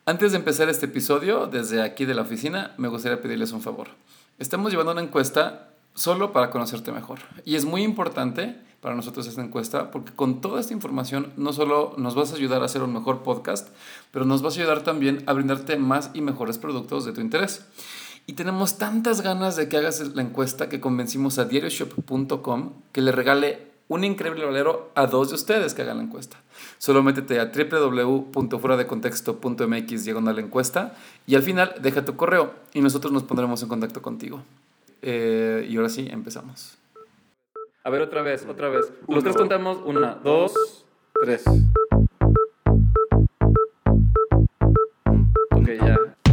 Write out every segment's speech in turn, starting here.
Antes de empezar este episodio, desde aquí de la oficina, me gustaría pedirles un favor. Estamos llevando una encuesta solo para conocerte mejor. Y es muy importante para nosotros esta encuesta porque con toda esta información no solo nos vas a ayudar a hacer un mejor podcast, pero nos vas a ayudar también a brindarte más y mejores productos de tu interés. Y tenemos tantas ganas de que hagas la encuesta que convencimos a diarioshop.com que le regale un increíble valero a 2 de ustedes que hagan la encuesta. Solo métete a www.fueradecontexto.mx/encuesta y al final deja tu correo y nosotros nos pondremos en contacto contigo. Y ahora sí, empezamos. A ver, otra vez. Los tres contamos. 1, 2, 3. Ok, ya.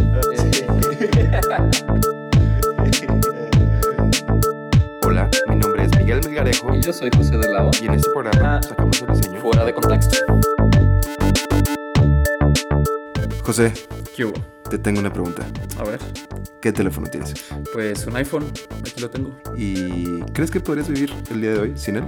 Hola, mi nombre es Miguel Melgarejo Y yo soy José de Lao. y en este programa sacamos el diseño Fuera de contexto. José, ¿Qué hubo? te tengo una pregunta. A ver. ¿Qué teléfono tienes? Pues un iPhone. Aquí lo tengo. ¿Y crees que podrías vivir el día de hoy sin él?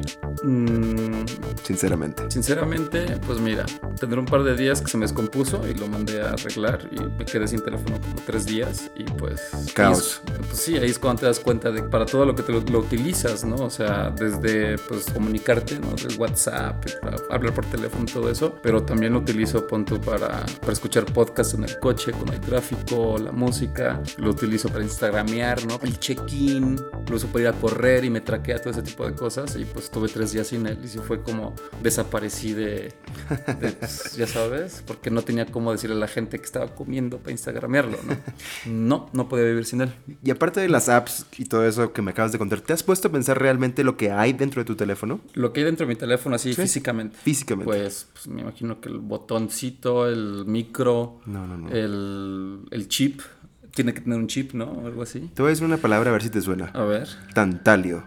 Sinceramente. Sinceramente, pues mira, tendré un par de días que se me descompuso y lo mandé a arreglar y me quedé sin teléfono como 3 días y pues... Caos. Pues sí, ahí es cuando te das cuenta de para todo lo que lo utilizas, ¿no? O sea, desde pues comunicarte, ¿no? Desde WhatsApp, para hablar por teléfono, todo eso, pero también lo utilizo, pon tú, para escuchar podcasts en el coche cuando hay tráfico, la música, lo utilizo para instagramear, ¿no? El check-in, lo uso para ir a correr y me traquea todo ese tipo de cosas y pues tuve 3 días sin él y sí fue como desaparecí de pues, ya sabes, porque no tenía cómo decirle a la gente que estaba comiendo para instagramearlo, ¿no? No podía vivir sin él. Y aparte de las apps y todo eso que me acabas de contar, ¿te has puesto a pensar realmente lo que hay dentro de tu teléfono? Lo que hay dentro de mi teléfono así Sí. físicamente. Físicamente. Pues me imagino que el botoncito, el micro, No. el chip. Tiene que tener un chip, ¿no? O algo así. Te voy a decir una palabra a ver si te suena. A ver. Tantalio.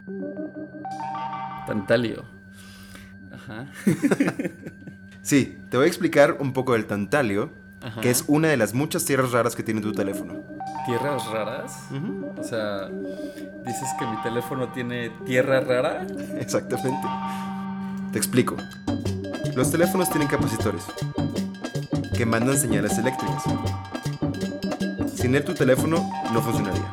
Tantalio. Ajá. Sí, te voy a explicar un poco del tantalio, Ajá. que es una de las muchas tierras raras que tiene tu teléfono. ¿Tierras raras? O sea, ¿dices que mi teléfono tiene tierra rara? Exactamente. Te explico. Los teléfonos tienen capacitores que mandan señales eléctricas. Sin él tu teléfono no funcionaría.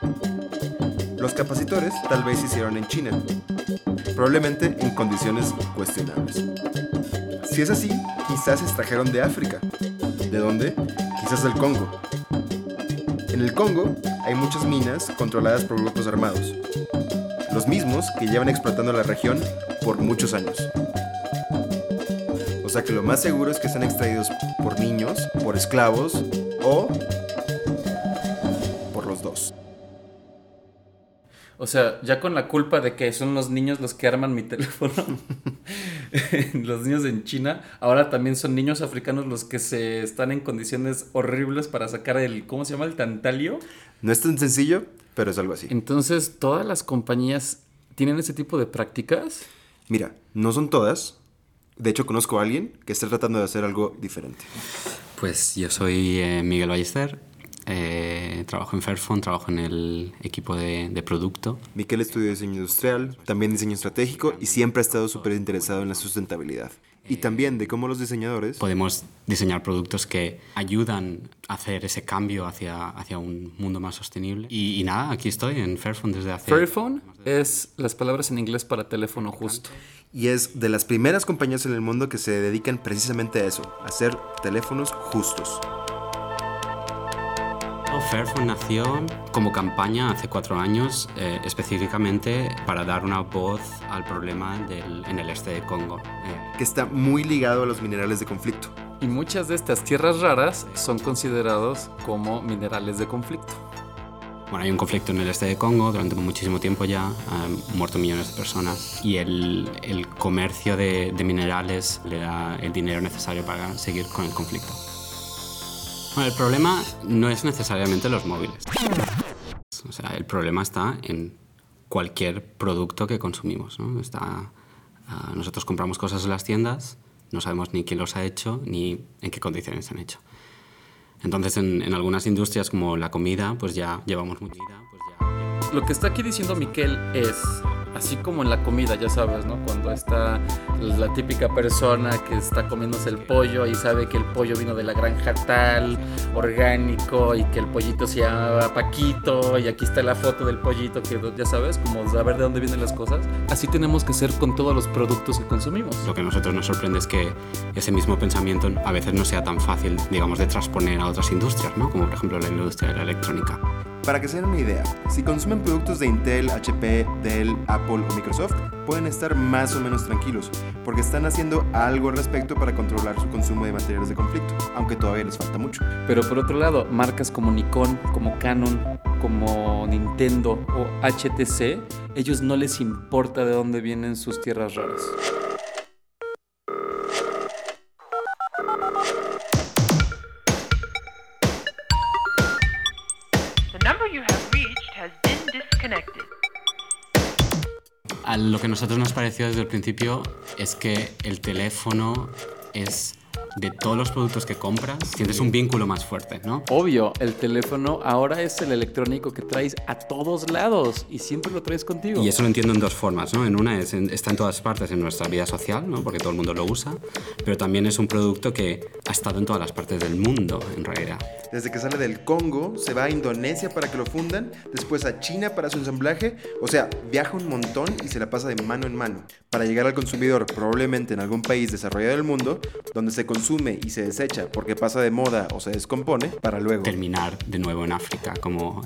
Los capacitores tal vez se hicieron en China, probablemente en condiciones cuestionables. Si es así, quizás se extrajeron de África. ¿De dónde? Quizás del Congo. En el Congo hay muchas minas controladas por grupos armados, los mismos que llevan explotando la región por muchos años. O sea que lo más seguro es que sean extraídos por niños, por esclavos o por los dos. O sea, ya con la culpa de que son los niños los que arman mi teléfono, los niños en China, ahora también son niños africanos los que se están en condiciones horribles para sacar el, ¿cómo se llama? El tantalio. No es tan sencillo, pero es algo así. Entonces, ¿todas las compañías tienen ese tipo de prácticas? Mira, no son todas. De hecho, conozco a alguien que está tratando de hacer algo diferente. Pues yo soy Miguel Ballester, trabajo en Fairphone, trabajo en el equipo de producto. Miquel estudió diseño industrial, también diseño estratégico y siempre ha estado súper interesado en la sustentabilidad. Y también de cómo los diseñadores... Podemos diseñar productos que ayudan a hacer ese cambio hacia un mundo más sostenible. Y nada, aquí estoy en Fairphone desde hace... Fairphone es las palabras en inglés para teléfono justo. Y es de las primeras compañías en el mundo que se dedican precisamente a eso, a hacer teléfonos justos. Fairphone nació como campaña hace 4 años, específicamente para dar una voz al problema en el este de Congo. Que está muy ligado a los minerales de conflicto. Y muchas de estas tierras raras son considerados como minerales de conflicto. Bueno, hay un conflicto en el este de Congo durante muchísimo tiempo ya, han muerto millones de personas y el comercio de minerales le da el dinero necesario para seguir con el conflicto. Bueno, el problema no es necesariamente los móviles. O sea, el problema está en cualquier producto que consumimos, ¿no? Nosotros compramos cosas en las tiendas, no sabemos ni quién los ha hecho ni en qué condiciones se han hecho. Entonces, en algunas industrias como la comida, pues ya llevamos mucho. lo que está aquí diciendo Miquel es, así como en la comida, ya sabes, ¿no? Cuando está la típica persona que está comiéndose el pollo y sabe que el pollo vino de la granja tal, orgánico, y que el pollito se llama Paquito, y aquí está la foto del pollito, que ya sabes, como saber de dónde vienen las cosas. Así tenemos que ser con todos los productos que consumimos. Lo que a nosotros nos sorprende es que ese mismo pensamiento a veces no sea tan fácil, digamos, de transponer a otras industrias, ¿no? Como por ejemplo la industria de la electrónica. Para que se den una idea, si consumen productos de Intel, HP, Dell, Apple o Microsoft, pueden estar más o menos tranquilos, porque están haciendo algo al respecto para controlar su consumo de materiales de conflicto, aunque todavía les falta mucho. Pero por otro lado, marcas como Nikon, como Canon, como Nintendo o HTC, ellos no les importa de dónde vienen sus tierras raras. A lo que a nosotros nos pareció desde el principio es que el teléfono es, de todos los productos que compras, sientes un vínculo más fuerte, ¿no? Obvio, el teléfono ahora es el electrónico que traes a todos lados y siempre lo traes contigo. Y eso lo entiendo en dos formas, ¿no? En una está en todas partes en nuestra vida social, ¿no? Porque todo el mundo lo usa, pero también es un producto que ha estado en todas las partes del mundo, en realidad. Desde que sale del Congo, se va a Indonesia para que lo fundan, después a China para su ensamblaje, o sea, viaja un montón y se la pasa de mano en mano, para llegar al consumidor probablemente en algún país desarrollado del mundo, donde se consume y se desecha porque pasa de moda o se descompone, para luego terminar de nuevo en África como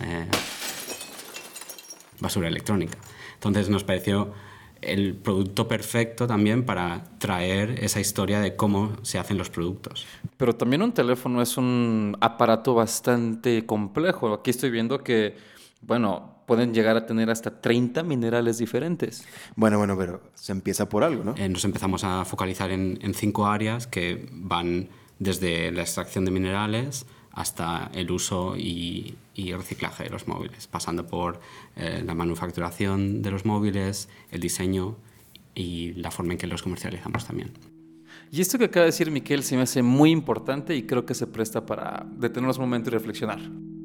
basura electrónica. Entonces nos pareció el producto perfecto también para traer esa historia de cómo se hacen los productos. Pero también un teléfono es un aparato bastante complejo. Aquí estoy viendo que, bueno, pueden llegar a tener hasta 30 minerales diferentes. Bueno, pero se empieza por algo, ¿no? Nos empezamos a focalizar en 5 áreas que van desde la extracción de minerales hasta el uso y reciclaje de los móviles, pasando por la manufacturación de los móviles, el diseño y la forma en que los comercializamos también. Y esto que acaba de decir Miquel se me hace muy importante y creo que se presta para detenernos un momento y reflexionar.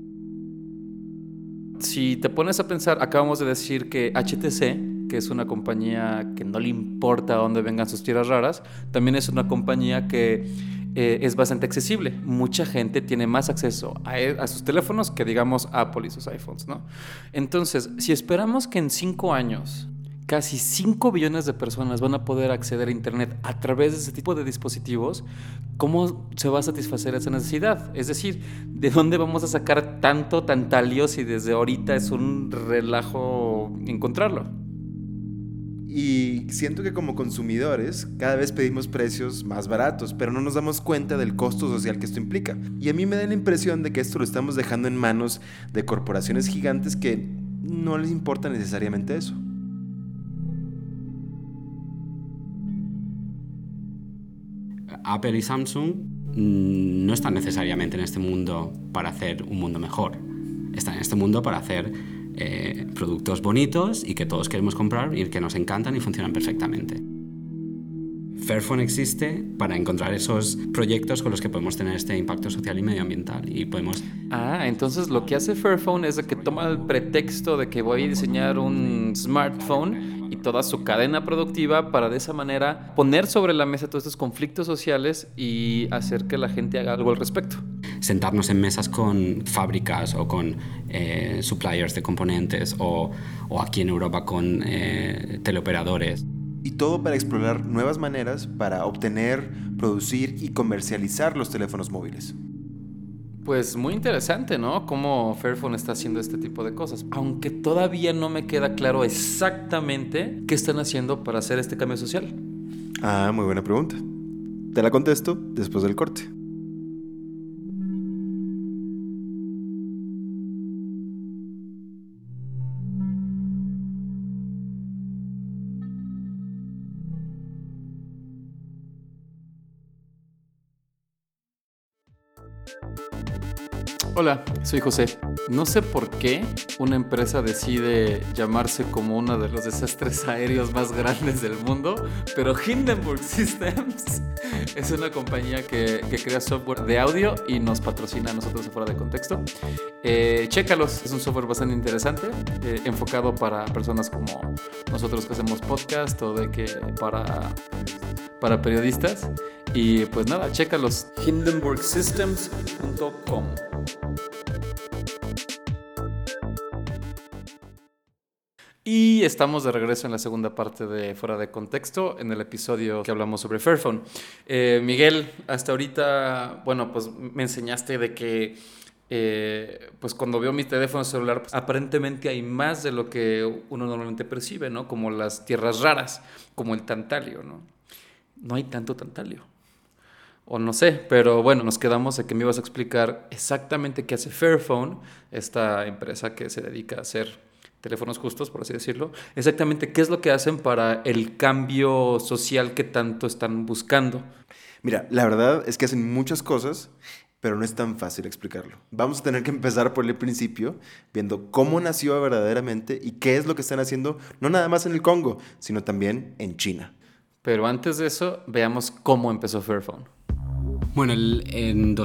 Si te pones a pensar, acabamos de decir que HTC, que es una compañía que no le importa a dónde vengan sus tierras raras, también es una compañía que es bastante accesible. Mucha gente tiene más acceso a sus teléfonos que, digamos, Apple y sus iPhones, ¿no? Entonces, si esperamos que en 5 años casi 5 billones de personas van a poder acceder a Internet a través de ese tipo de dispositivos, ¿cómo se va a satisfacer esa necesidad? Es decir, ¿de dónde vamos a sacar tanta lío si desde ahorita es un relajo encontrarlo? Y siento que como consumidores cada vez pedimos precios más baratos, pero no nos damos cuenta del costo social que esto implica. Y a mí me da la impresión de que esto lo estamos dejando en manos de corporaciones gigantes que no les importa necesariamente eso. Apple y Samsung no están necesariamente en este mundo para hacer un mundo mejor. Están en este mundo para hacer productos bonitos y que todos queremos comprar y que nos encantan y funcionan perfectamente. Fairphone existe para encontrar esos proyectos con los que podemos tener este impacto social y medioambiental y podemos... Entonces lo que hace Fairphone es de que toma el pretexto de que voy a diseñar un smartphone y toda su cadena productiva para de esa manera poner sobre la mesa todos estos conflictos sociales y hacer que la gente haga algo al respecto. Sentarnos en mesas con fábricas o con suppliers de componentes o aquí en Europa con teleoperadores. Y todo para explorar nuevas maneras para obtener, producir y comercializar los teléfonos móviles. Pues muy interesante, ¿no? Cómo Fairphone está haciendo este tipo de cosas. Aunque todavía no me queda claro exactamente qué están haciendo para hacer este cambio social. Muy buena pregunta. Te la contesto después del corte. Hola, soy José. No sé por qué una empresa decide llamarse como uno de los desastres aéreos más grandes del mundo, pero Hindenburg Systems es una compañía que crea software de audio y nos patrocina a nosotros Fuera de Contexto. Chécalos, es un software bastante interesante, enfocado para personas como nosotros que hacemos podcast o para periodistas. Y pues nada, chécalos. hindenburgsystems.com. Y estamos de regreso en la segunda parte de Fuera de Contexto, en el episodio que hablamos sobre Fairphone. Miguel, hasta ahorita, bueno, pues me enseñaste de que pues cuando veo mi teléfono celular, pues, aparentemente hay más de lo que uno normalmente percibe, ¿no? Como las tierras raras, como el tantalio, ¿no? No hay tanto tantalio. O no sé, pero bueno, nos quedamos de que me ibas a explicar exactamente qué hace Fairphone, esta empresa que se dedica a hacer teléfonos justos, por así decirlo. Exactamente qué es lo que hacen para el cambio social que tanto están buscando. Mira, la verdad es que hacen muchas cosas, pero no es tan fácil explicarlo. Vamos a tener que empezar por el principio, viendo cómo nació verdaderamente y qué es lo que están haciendo, no nada más en el Congo, sino también en China. Pero antes de eso, veamos cómo empezó Fairphone. Bueno, en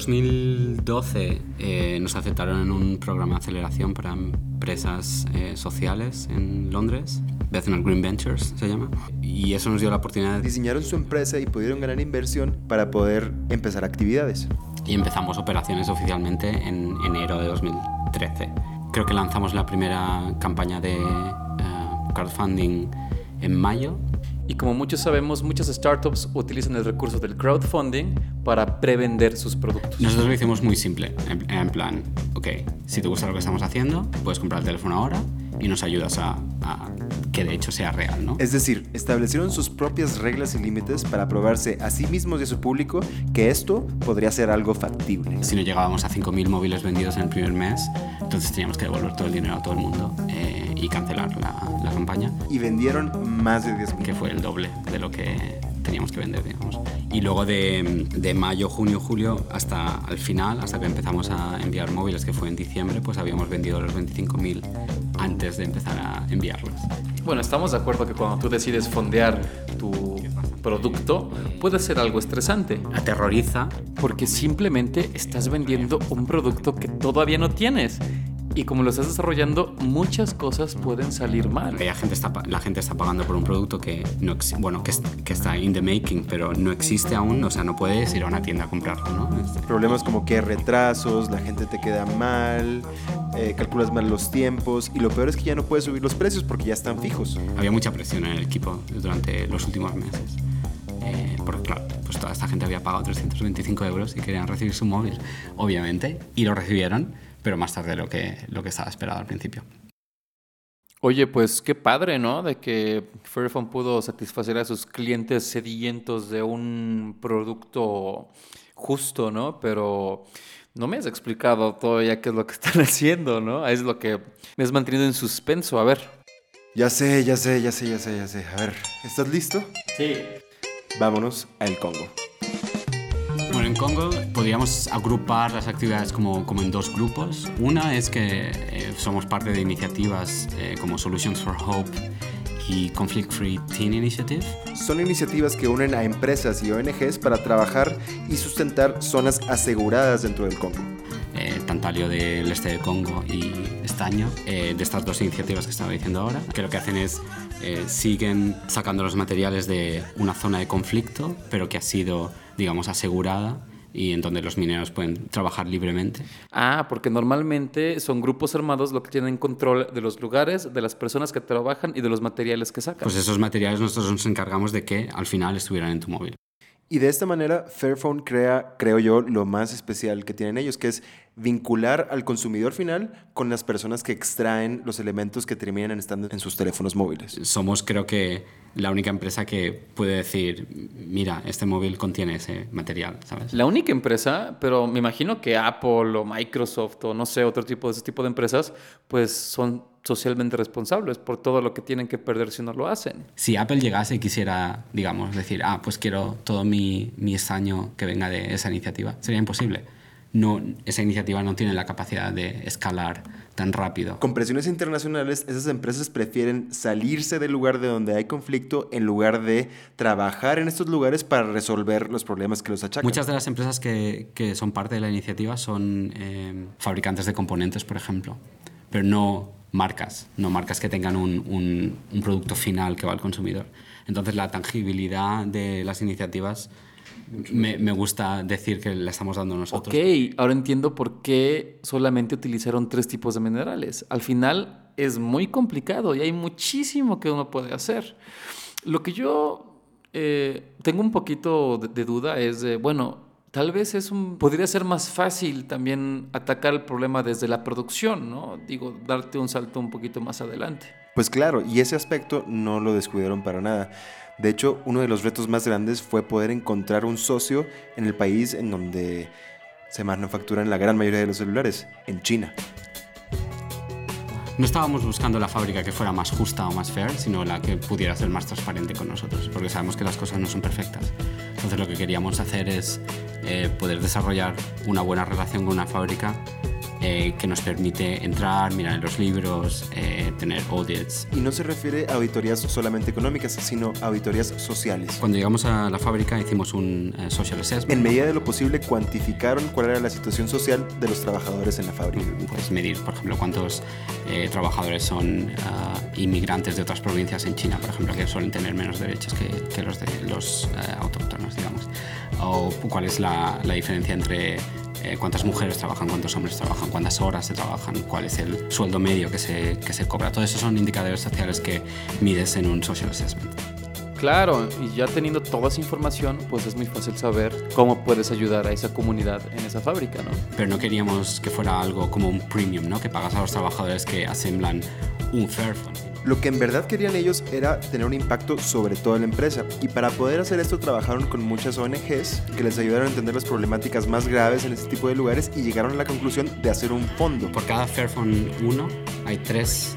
2012 nos aceptaron en un programa de aceleración para empresas sociales en Londres, Bethnal Green Ventures se llama, y eso nos dio la oportunidad de Diseñaron su empresa y pudieron ganar inversión para poder empezar actividades. Y empezamos operaciones oficialmente en enero de 2013. Creo que lanzamos la primera campaña de crowdfunding en mayo. Y como muchos sabemos, muchas startups utilizan el recurso del crowdfunding para prevender sus productos. Nosotros lo hicimos muy simple, en plan, ok, si te gusta lo que estamos haciendo, puedes comprar el teléfono ahora y nos ayudas a que de hecho sea real, ¿no? Es decir, establecieron sus propias reglas y límites para probarse a sí mismos y a su público que esto podría ser algo factible. Si no llegábamos a 5.000 móviles vendidos en el primer mes, entonces teníamos que devolver todo el dinero a todo el mundo y cancelar la campaña. Y vendieron más de 10.000. Que fue el doble de lo que teníamos que vender, digamos. Y luego de mayo, junio, julio, hasta al final, hasta que empezamos a enviar móviles, que fue en diciembre, pues habíamos vendido los 25.000 antes de empezar a enviarlos. Bueno, estamos de acuerdo que cuando tú decides fondear tu producto, puede ser algo estresante. Aterroriza. Porque simplemente estás vendiendo un producto que todavía no tienes. Y como lo estás desarrollando, muchas cosas pueden salir mal. La gente está pagando por un producto que no que está in the making, pero no existe aún, o sea, no puedes ir a una tienda a comprarlo, ¿no? Problemas como que hay retrasos, la gente te queda mal, calculas mal los tiempos y lo peor es que ya no puedes subir los precios porque ya están fijos. Había mucha presión en el equipo durante los últimos meses. Porque claro, pues toda esta gente había pagado 325 euros y querían recibir su móvil, obviamente, y lo recibieron, pero más tarde de lo que estaba esperado al principio. Oye, pues qué padre, ¿no? De que Fairphone pudo satisfacer a sus clientes sedientos de un producto justo, ¿no? Pero no me has explicado todavía qué es lo que están haciendo, ¿no? Es lo que me has mantenido en suspenso. A ver. Ya sé. A ver, ¿estás listo? Sí. Vámonos al Congo. Bueno, en Congo podríamos agrupar las actividades como en dos grupos. Una es que somos parte de iniciativas como Solutions for Hope y Conflict Free Teen Initiative. Son iniciativas que unen a empresas y ONGs para trabajar y sustentar zonas aseguradas dentro del Congo. Tantalio del este de Congo y Estaño, de estas dos iniciativas que estaba diciendo ahora, que lo que hacen es siguen sacando los materiales de una zona de conflicto, pero que ha sido, digamos, asegurada y en donde los mineros pueden trabajar libremente. Ah, porque normalmente son grupos armados los que tienen control de los lugares, de las personas que trabajan y de los materiales que sacan. Pues esos materiales nosotros nos encargamos de que al final estuvieran en tu móvil. Y de esta manera, Fairphone crea, creo yo, lo más especial que tienen ellos, que es vincular al consumidor final con las personas que extraen los elementos que terminan estando en sus teléfonos móviles. Somos, creo que, la única empresa que puede decir, mira, este móvil contiene ese material, ¿sabes? La única empresa, pero me imagino que Apple o Microsoft o no sé, otro tipo de ese tipo de empresas, pues son socialmente responsables por todo lo que tienen que perder si no lo hacen. Si Apple llegase y quisiera, digamos, decir, pues quiero todo mi estaño que venga de esa iniciativa, sería imposible. esa iniciativa no tiene la capacidad de escalar tan rápido. Con presiones internacionales, esas empresas prefieren salirse del lugar de donde hay conflicto en lugar de trabajar en estos lugares para resolver los problemas que los achacan. Muchas de las empresas que son parte de la iniciativa son fabricantes de componentes, por ejemplo, pero no marcas que tengan un producto final que va al consumidor. Entonces, la tangibilidad de las iniciativas me gusta decir que la estamos dando nosotros. Ok, ahora entiendo por qué solamente utilizaron 3 tipos de minerales. Al final es muy complicado y hay muchísimo que uno puede hacer. Lo que yo tengo un poquito de duda es, tal vez podría ser más fácil también atacar el problema desde la producción, ¿no? Digo, darte un salto un poquito más adelante. Pues claro, y ese aspecto no lo descuidaron para nada. De hecho, uno de los retos más grandes fue poder encontrar un socio en el país en donde se manufacturan la gran mayoría de los celulares, en China. No estábamos buscando la fábrica que fuera más justa o más fair, sino la que pudiera ser más transparente con nosotros, porque sabemos que las cosas no son perfectas. Entonces lo que queríamos hacer es poder desarrollar una buena relación con una fábrica que nos permite entrar, mirar en los libros, tener audits. Y no se refiere a auditorías solamente económicas, sino a auditorías sociales. Cuando llegamos a la fábrica hicimos un social assessment. En medida de lo posible cuantificaron cuál era la situación social de los trabajadores en la fábrica. Puedes medir, por ejemplo, cuántos trabajadores son inmigrantes de otras provincias en China, por ejemplo, que suelen tener menos derechos que los de los autóctonos, digamos. O cuál es la diferencia entre cuántas mujeres trabajan, cuántos hombres trabajan, cuántas horas se trabajan, cuál es el sueldo medio que se cobra. Todo eso son indicadores sociales que mides en un social assessment. Claro, y ya teniendo toda esa información, pues es muy fácil saber cómo puedes ayudar a esa comunidad en esa fábrica, ¿no? Pero no queríamos que fuera algo como un premium, ¿no? Que pagas a los trabajadores que asemblan un Fairphone. Lo que en verdad querían ellos era tener un impacto sobre toda la empresa, y para poder hacer esto trabajaron con muchas ONGs que les ayudaron a entender las problemáticas más graves en este tipo de lugares y llegaron a la conclusión de hacer un fondo. Por cada Fairphone 1 hay $3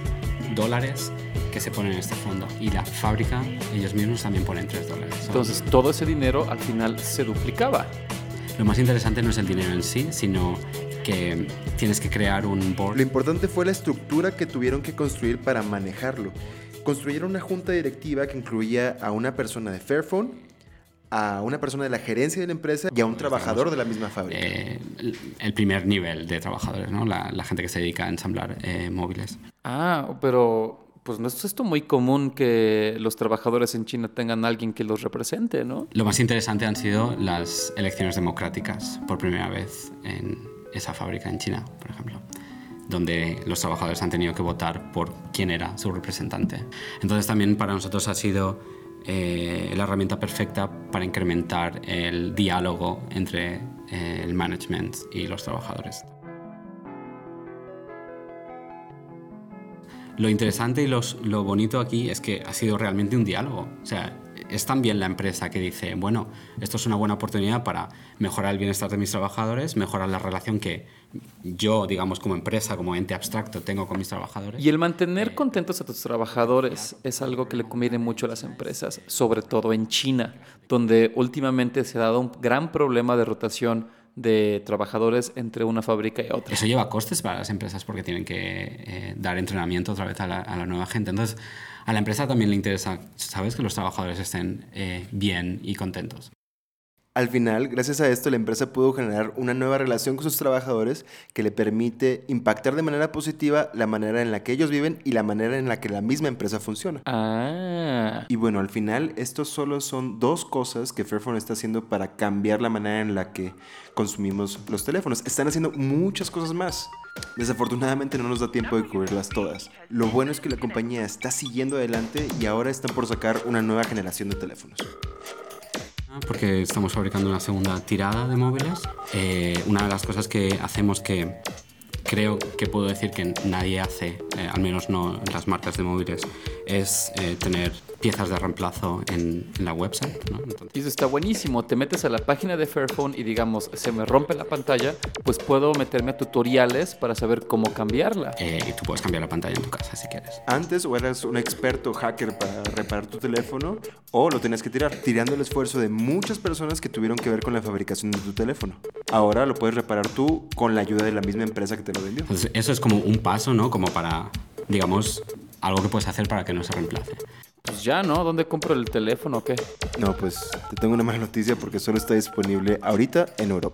que se ponen en este fondo, y la fábrica, ellos mismos también ponen $3. Entonces todo ese dinero al final se duplicaba. Lo más interesante no es el dinero en sí, sino que tienes que crear un board. Lo importante fue la estructura que tuvieron que construir para manejarlo. Construyeron una junta directiva que incluía a una persona de Fairphone, a una persona de la gerencia de la empresa y a un trabajador de la misma fábrica. El primer nivel de trabajadores, ¿no? La gente que se dedica a ensamblar móviles. Pero pues no es esto muy común que los trabajadores en China tengan a alguien que los represente, ¿no? Lo más interesante han sido las elecciones democráticas por primera vez en esa fábrica en China, por ejemplo, donde los trabajadores han tenido que votar por quién era su representante. Entonces también para nosotros ha sido la herramienta perfecta para incrementar el diálogo entre el management y los trabajadores. Lo interesante y lo bonito aquí es que ha sido realmente un diálogo. O sea, es también la empresa que dice, bueno, esto es una buena oportunidad para mejorar el bienestar de mis trabajadores, mejorar la relación que yo, digamos, como empresa, como ente abstracto, tengo con mis trabajadores. Y el mantener contentos a tus trabajadores es algo que le conviene mucho a las empresas, sobre todo en China, donde últimamente se ha dado un gran problema de rotación de trabajadores entre una fábrica y otra. Eso lleva costes para las empresas porque tienen que dar entrenamiento otra vez a la nueva gente. Entonces, a la empresa también le interesa, ¿sabes?, que los trabajadores estén bien y contentos. Al final, gracias a esto, la empresa pudo generar una nueva relación con sus trabajadores que le permite impactar de manera positiva la manera en la que ellos viven y la manera en la que la misma empresa funciona. Y bueno, al final, estos solo son 2 cosas que Fairphone está haciendo para cambiar la manera en la que consumimos los teléfonos. Están haciendo muchas cosas más. Desafortunadamente no nos da tiempo de cubrirlas todas. Lo bueno es que la compañía está siguiendo adelante y ahora están por sacar una nueva generación de teléfonos. Porque estamos fabricando una segunda tirada de móviles. Una de las cosas que hacemos que creo que puedo decir que nadie hace, al menos no las marcas de móviles, es tener piezas de reemplazo en la website, ¿no? Entonces, Y eso está buenísimo. Te metes a la página de Fairphone y digamos, se me rompe la pantalla, pues puedo meterme a tutoriales para saber cómo cambiarla. y tú puedes cambiar la pantalla en tu casa si quieres. Antes o eras un experto hacker para reparar tu teléfono o lo tenías que tirar, tirando el esfuerzo de muchas personas que tuvieron que ver con la fabricación de tu teléfono. Ahora lo puedes reparar tú con la ayuda de la misma empresa que te lo vendió. Entonces, eso es como un paso, ¿no? Como para, digamos, algo que puedes hacer para que no se reemplace. Pues ya, ¿no? ¿Dónde compro el teléfono o qué? No, pues te tengo una mala noticia porque solo está disponible ahorita en Europa.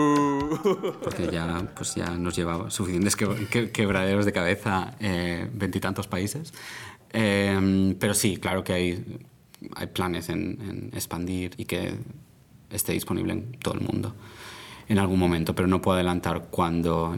Porque ya nos lleva suficientes quebraderos de cabeza 20 y tantos países. Pero sí, claro que hay planes en expandir y que esté disponible en todo el mundo en algún momento, pero no puedo adelantar cuándo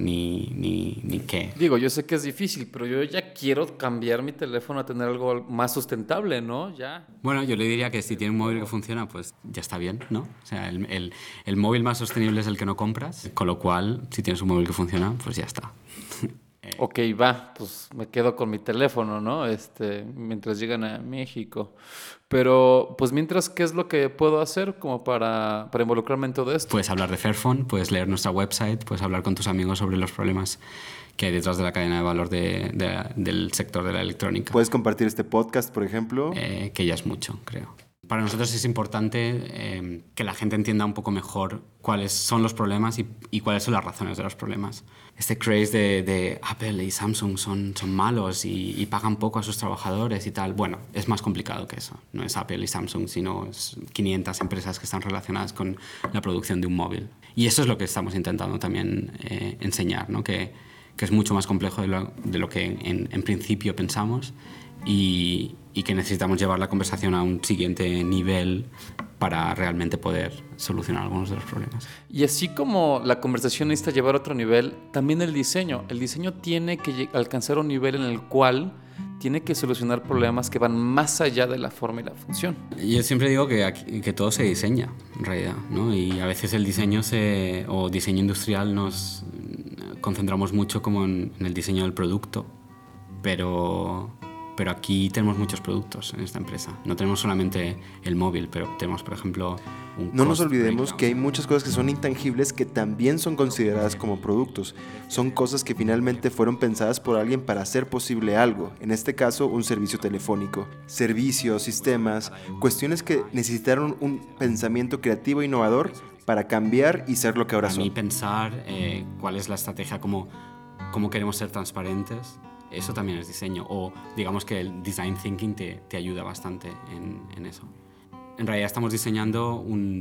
ni qué. Digo, yo sé que es difícil, pero yo ya quiero cambiar mi teléfono a tener algo más sustentable, ¿no? Ya. Bueno, yo le diría que si tiene un móvil que funciona, pues ya está bien, ¿no? O sea, el móvil más sostenible es el que no compras, con lo cual, si tienes un móvil que funciona, pues ya está. Ok, va, pues me quedo con mi teléfono, ¿no? Mientras llegan a México. Pero, pues mientras, ¿qué es lo que puedo hacer como para involucrarme en todo esto? Puedes hablar de Fairphone, puedes leer nuestra website, puedes hablar con tus amigos sobre los problemas que hay detrás de la cadena de valor del sector de la electrónica. Puedes compartir este podcast, por ejemplo. Que ya es mucho, creo. Para nosotros es importante que la gente entienda un poco mejor cuáles son los problemas y cuáles son las razones de los problemas. Este craze de Apple y Samsung son malos y pagan poco a sus trabajadores y tal. Bueno, es más complicado que eso. No es Apple y Samsung, sino es 500 empresas que están relacionadas con la producción de un móvil. Y eso es lo que estamos intentando también enseñar, ¿no? Que es mucho más complejo de lo que en principio pensamos y que necesitamos llevar la conversación a un siguiente nivel para realmente poder solucionar algunos de los problemas. Y así como la conversación necesita llevar a otro nivel, también el diseño. El diseño tiene que alcanzar un nivel en el cual tiene que solucionar problemas que van más allá de la forma y la función. Yo siempre digo que todo se diseña, en realidad, ¿no? Y a veces el diseño o diseño industrial nos concentramos mucho como en el diseño del producto, pero aquí tenemos muchos productos en esta empresa. No tenemos solamente el móvil, pero tenemos, por ejemplo, No nos olvidemos que hay muchas cosas que son intangibles que también son consideradas como productos. Son cosas que finalmente fueron pensadas por alguien para hacer posible algo. En este caso, un servicio telefónico. Servicios, sistemas, cuestiones que necesitaron un pensamiento creativo e innovador para cambiar y ser lo que ahora son. A mí pensar cuál es la estrategia, cómo queremos ser transparentes, eso también es diseño. O digamos que el design thinking te ayuda bastante en eso. En realidad estamos diseñando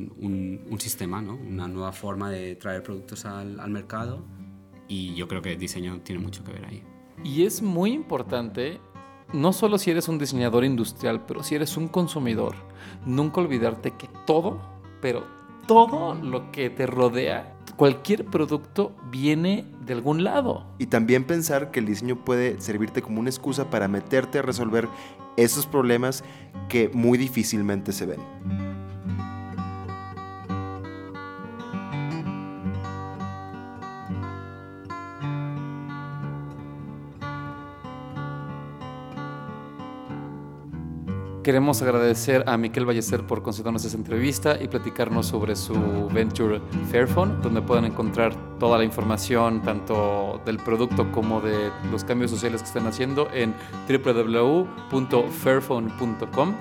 un sistema, ¿no? Una nueva forma de traer productos al mercado y yo creo que el diseño tiene mucho que ver ahí. Y es muy importante, no solo si eres un diseñador industrial, pero si eres un consumidor, nunca olvidarte que todo, pero todo lo que te rodea, cualquier producto viene de algún lado. Y también pensar que el diseño puede servirte como una excusa para meterte a resolver esos problemas que muy difícilmente se ven. Queremos agradecer a Miquel Ballester por concedernos esta entrevista y platicarnos sobre su venture Fairphone, donde pueden encontrar toda la información tanto del producto como de los cambios sociales que están haciendo en www.fairphone.com.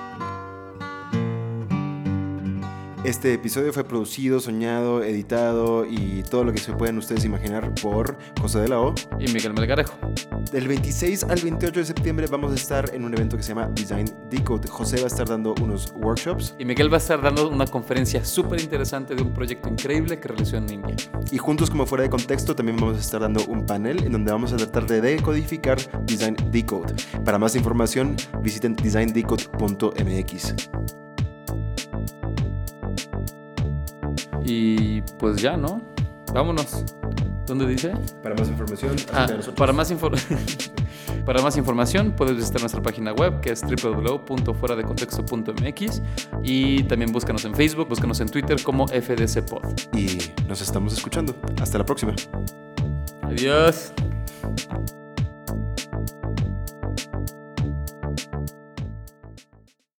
Este episodio fue producido, soñado, editado y todo lo que se pueden ustedes imaginar por José de la O y Miguel Melgarejo. Del 26 al 28 de septiembre vamos a estar en un evento que se llama Design Decode. José va a estar dando unos workshops. Y Miguel va a estar dando una conferencia súper interesante de un proyecto increíble que realizó en India. Y juntos, como fuera de contexto, también vamos a estar dando un panel en donde vamos a tratar de decodificar Design Decode. Para más información, visiten designdecode.mx. Y pues ya, ¿no? Vámonos. ¿Dónde dice? Para más información, para más información puedes visitar nuestra página web, que es www.fueradecontexto.mx, y también búscanos en Facebook, búscanos en Twitter como FDC Pod. Y nos estamos escuchando. Hasta la próxima. Adiós.